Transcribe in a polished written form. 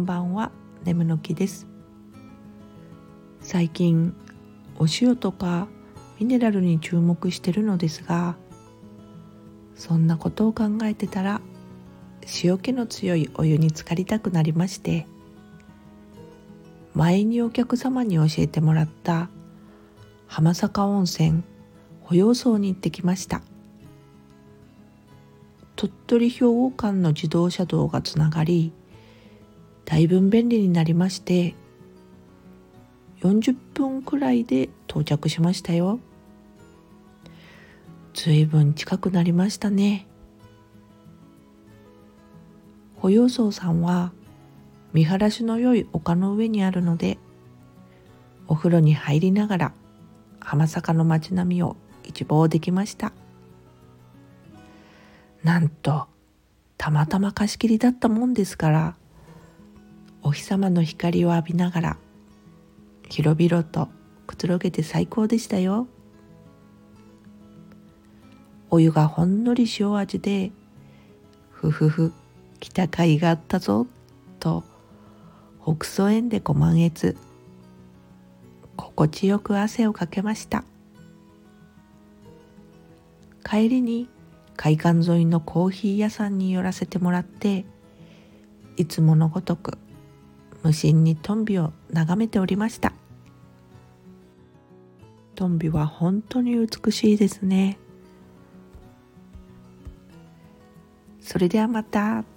んばんは、眠の木です。最近お塩とかミネラルに注目してるのですが、そんなことを考えてたら塩気の強いお湯に浸かりたくなりまして、前にお客様に教えてもらった浜坂温泉保養荘に行ってきました。鳥取兵庫間の自動車道がつながり、だいぶ便利になりまして、40分くらいで到着しましたよ。ずいぶん近くなりましたね。保養荘さんは見晴らしの良い丘の上にあるので、お風呂に入りながら浜坂の街並みを一望できました。なんとたまたま貸し切りだったもんですから、お日様の光を浴びながら広々とくつろげて最高でしたよ。お湯がほんのり塩味で、ふふふ、来た甲斐があったぞと北総園でご満悦。心地よく汗をかけました。帰りに海岸沿いのコーヒー屋さんに寄らせてもらって、いつものごとく無心にトンビを眺めておりました。トンビは本当に美しいですね。それではまた。